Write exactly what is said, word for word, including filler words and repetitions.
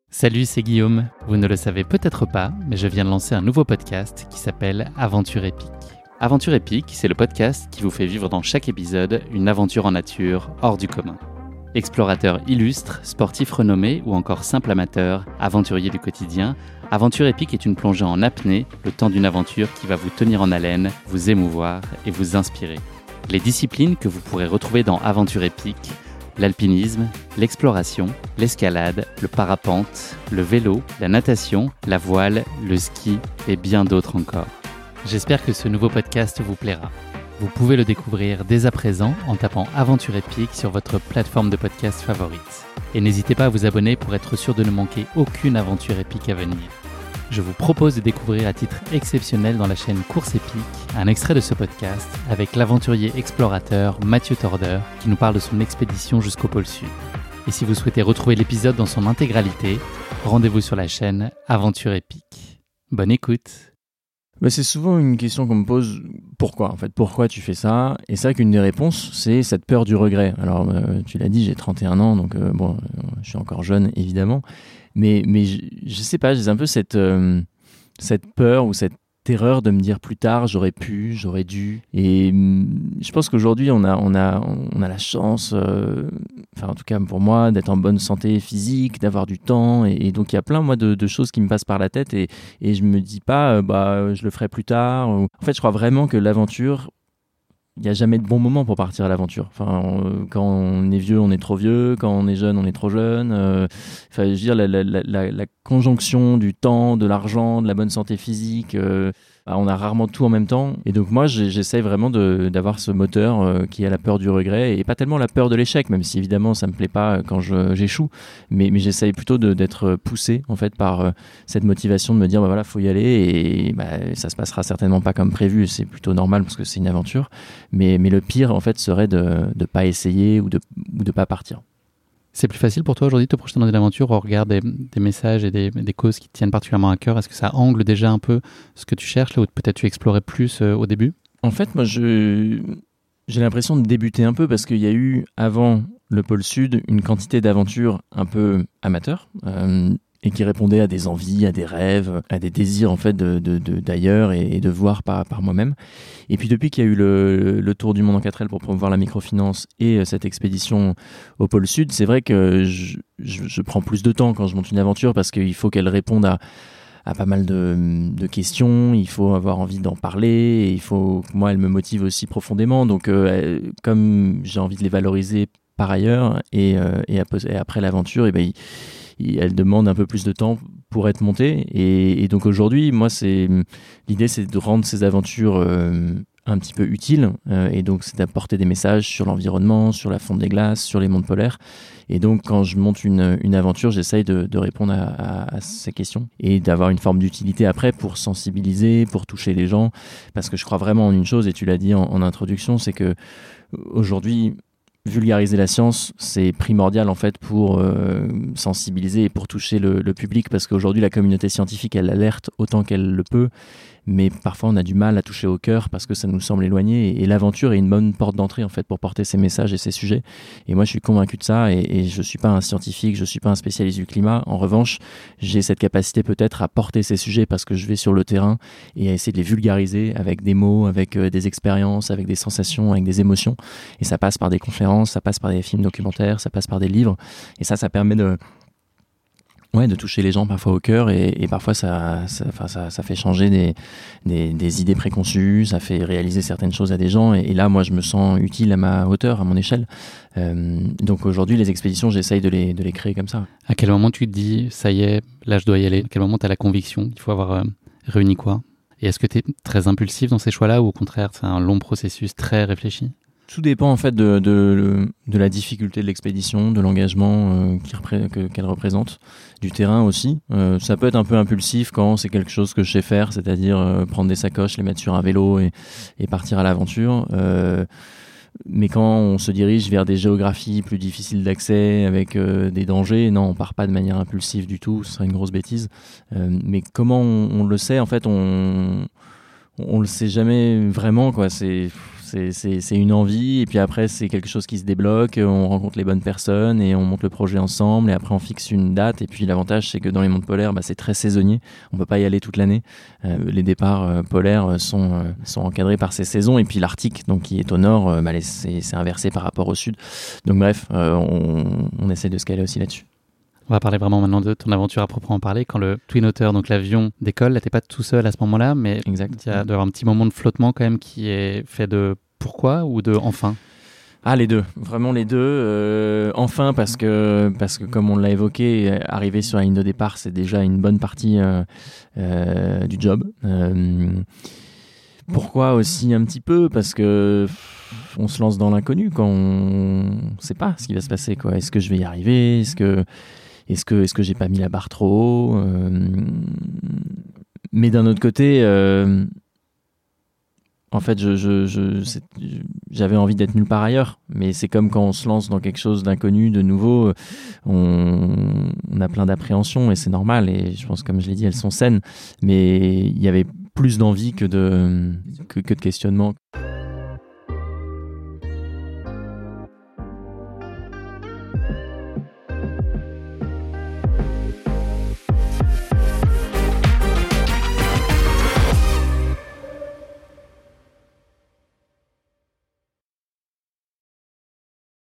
Salut, c'est Guillaume. Vous ne le savez peut-être pas, mais je viens de lancer un nouveau podcast qui s'appelle Aventure épique. Aventure épique, c'est le podcast qui vous fait vivre dans chaque épisode une aventure en nature hors du commun. Explorateurs illustres, sportifs renommés ou encore simples amateurs, aventuriers du quotidien, Aventure épique est une plongée en apnée, le temps d'une aventure qui va vous tenir en haleine, vous émouvoir et vous inspirer. Les disciplines que vous pourrez retrouver dans Aventure épique, l'alpinisme, l'exploration, l'escalade, le parapente, le vélo, la natation, la voile, le ski et bien d'autres encore. J'espère que ce nouveau podcast vous plaira. Vous pouvez le découvrir dès à présent en tapant Aventure épique sur votre plateforme de podcast favorite. Et n'hésitez pas à vous abonner pour être sûr de ne manquer aucune aventure épique à venir. Je vous propose de découvrir à titre exceptionnel dans la chaîne Course épique un extrait de ce podcast avec l'aventurier explorateur Mathieu Torder qui nous parle de son expédition jusqu'au pôle Sud. Et si vous souhaitez retrouver l'épisode dans son intégralité, rendez-vous sur la chaîne Aventure épique. Bonne écoute. Bah c'est souvent une question qu'on me pose, pourquoi en fait, pourquoi tu fais ça? Et c'est vrai qu'une des réponses, c'est cette peur du regret. Alors euh, tu l'as dit, j'ai trente et un ans, donc euh, bon, je suis encore jeune évidemment, mais, mais je, je sais pas, j'ai un peu cette, euh, cette peur ou cette terreur de me dire plus tard, j'aurais pu, j'aurais dû. Et hum, je pense qu'aujourd'hui, on a, on a, on a la chance, euh, enfin en tout cas pour moi, d'être en bonne santé physique, d'avoir du temps. Et, et donc il y a plein moi, de, de choses qui me passent par la tête et, et je me dis pas, euh, bah, je le ferai plus tard. En fait, je crois vraiment que l'aventure, il n'y a jamais de bon moment pour partir à l'aventure. Enfin, on, quand on est vieux, on est trop vieux. Quand on est jeune, on est trop jeune. Euh, enfin, je veux dire, la, la, la, la conjonction du temps, de l'argent, de la bonne santé physique, euh, bah, on a rarement tout en même temps. Et donc moi, j'essaie vraiment de, d'avoir ce moteur euh, qui a la peur du regret et pas tellement la peur de l'échec, même si évidemment ça me plaît pas quand je, j'échoue. Mais, mais j'essaie plutôt de, d'être poussé en fait par euh, cette motivation de me dire, bah voilà, faut y aller et bah, ça se passera certainement pas comme prévu. C'est plutôt normal parce que c'est une aventure. Mais, mais le pire, en fait, serait de ne pas essayer ou de ou de pas partir. C'est plus facile pour toi aujourd'hui de te projeter dans une aventure au regard des, des messages et des, des causes qui te tiennent particulièrement à cœur? Est-ce que ça angle déjà un peu ce que tu cherches là, ou peut-être tu explorais plus euh, au début? En fait, moi, je, j'ai l'impression de débuter un peu parce qu'il y a eu, avant le pôle Sud, une quantité d'aventures un peu amateurs. Euh, et qui répondait à des envies, à des rêves, à des désirs en fait de, de, de, d'ailleurs et, et de voir par, par moi-même. Et puis depuis qu'il y a eu le, le tour du monde en quatre L pour promouvoir la microfinance et euh, cette expédition au pôle Sud, c'est vrai que je, je, je prends plus de temps quand je monte une aventure parce qu'il faut qu'elle réponde à, à pas mal de, de questions, il faut avoir envie d'en parler, et il faut que moi elle me motive aussi profondément. Donc euh, comme j'ai envie de les valoriser par ailleurs et, euh, et, après, et après l'aventure, et ben il, elle demande un peu plus de temps pour être montée. Et, et donc aujourd'hui, moi, c'est, l'idée, c'est de rendre ces aventures euh, un petit peu utiles. Euh, et donc, c'est d'apporter des messages sur l'environnement, sur la fonte des glaces, sur les mondes polaires. Et donc, quand je monte une, une aventure, j'essaye de, de répondre à, à, à ces questions et d'avoir une forme d'utilité après pour sensibiliser, pour toucher les gens. Parce que je crois vraiment en une chose, et tu l'as dit en, en introduction, c'est que aujourd'hui, vulgariser la science, c'est primordial en fait pour euh, sensibiliser et pour toucher le, le public, parce qu'aujourd'hui la communauté scientifique elle alerte autant qu'elle le peut, mais parfois on a du mal à toucher au cœur parce que ça nous semble éloigné, et, et l'aventure est une bonne porte d'entrée en fait pour porter ces messages et ces sujets. Et moi je suis convaincu de ça, et, et je suis pas un scientifique, je suis pas un spécialiste du climat. En revanche, j'ai cette capacité peut-être à porter ces sujets parce que je vais sur le terrain et à essayer de les vulgariser avec des mots, avec euh, des expériences, avec des sensations, avec des émotions. Et ça passe par des conférences, ça passe par des films documentaires, ça passe par des livres, et ça ça permet de Ouais, de toucher les gens parfois au cœur, et, et parfois ça, ça, enfin, ça, ça fait changer des, des, des idées préconçues, ça fait réaliser certaines choses à des gens, et, et là moi je me sens utile à ma hauteur, à mon échelle. Euh, donc aujourd'hui les expéditions, j'essaye de les, de les créer comme ça. À quel moment tu te dis ça y est, là je dois y aller? À quel moment tu as la conviction qu'il faut avoir euh, réuni quoi? Et est-ce que tu es très impulsif dans ces choix-là, ou au contraire c'est un long processus très réfléchi? Tout dépend en fait de, de, de la difficulté de l'expédition, de l'engagement euh, qui repré- que, qu'elle représente, du terrain aussi. Euh, ça peut être un peu impulsif quand c'est quelque chose que je sais faire, c'est-à-dire euh, prendre des sacoches, les mettre sur un vélo et, et partir à l'aventure. Euh, mais quand on se dirige vers des géographies plus difficiles d'accès, avec euh, des dangers, non, on part pas de manière impulsive du tout, ce serait une grosse bêtise. Euh, mais comment on, on le sait, en fait, on... on le sait jamais vraiment, quoi. C'est, c'est, c'est, c'est une envie, et puis après, c'est quelque chose qui se débloque, on rencontre les bonnes personnes, et on monte le projet ensemble, et après, on fixe une date. Et puis, l'avantage, c'est que dans les mondes polaires, bah, c'est très saisonnier. On peut pas y aller toute l'année. Euh, les départs euh, polaires sont, euh, sont encadrés par ces saisons, et puis l'Arctique, donc, qui est au nord, euh, bah, les, c'est, c'est inversé par rapport au sud. Donc, bref, euh, on, on essaie de se caler aussi là-dessus. On va parler vraiment maintenant de ton aventure à proprement parler. Quand le Twin Otter, donc l'avion, décolle, là, t'es pas tout seul à ce moment-là, mais Exact. il y a doit y avoir un petit moment de flottement quand même qui est fait de pourquoi ou de enfin. Ah, les deux, vraiment les deux. Euh, enfin, parce que, parce que comme on l'a évoqué, arriver sur la ligne de départ, c'est déjà une bonne partie euh, euh, du job. Euh, pourquoi aussi un petit peu ? Parce que on se lance dans l'inconnu quand on ne sait pas ce qui va se passer, quoi. Est-ce que je vais y arriver ? Est-ce que Est-ce que, est-ce que j'ai pas mis la barre trop haut ? euh, Mais d'un autre côté, euh, en fait, je, je, je, c'est, j'avais envie d'être nulle part ailleurs. Mais c'est comme quand on se lance dans quelque chose d'inconnu, de nouveau, on, on a plein d'appréhensions et c'est normal. Et je pense, comme je l'ai dit, elles sont saines. Mais il y avait plus d'envie que de, que, que de questionnement.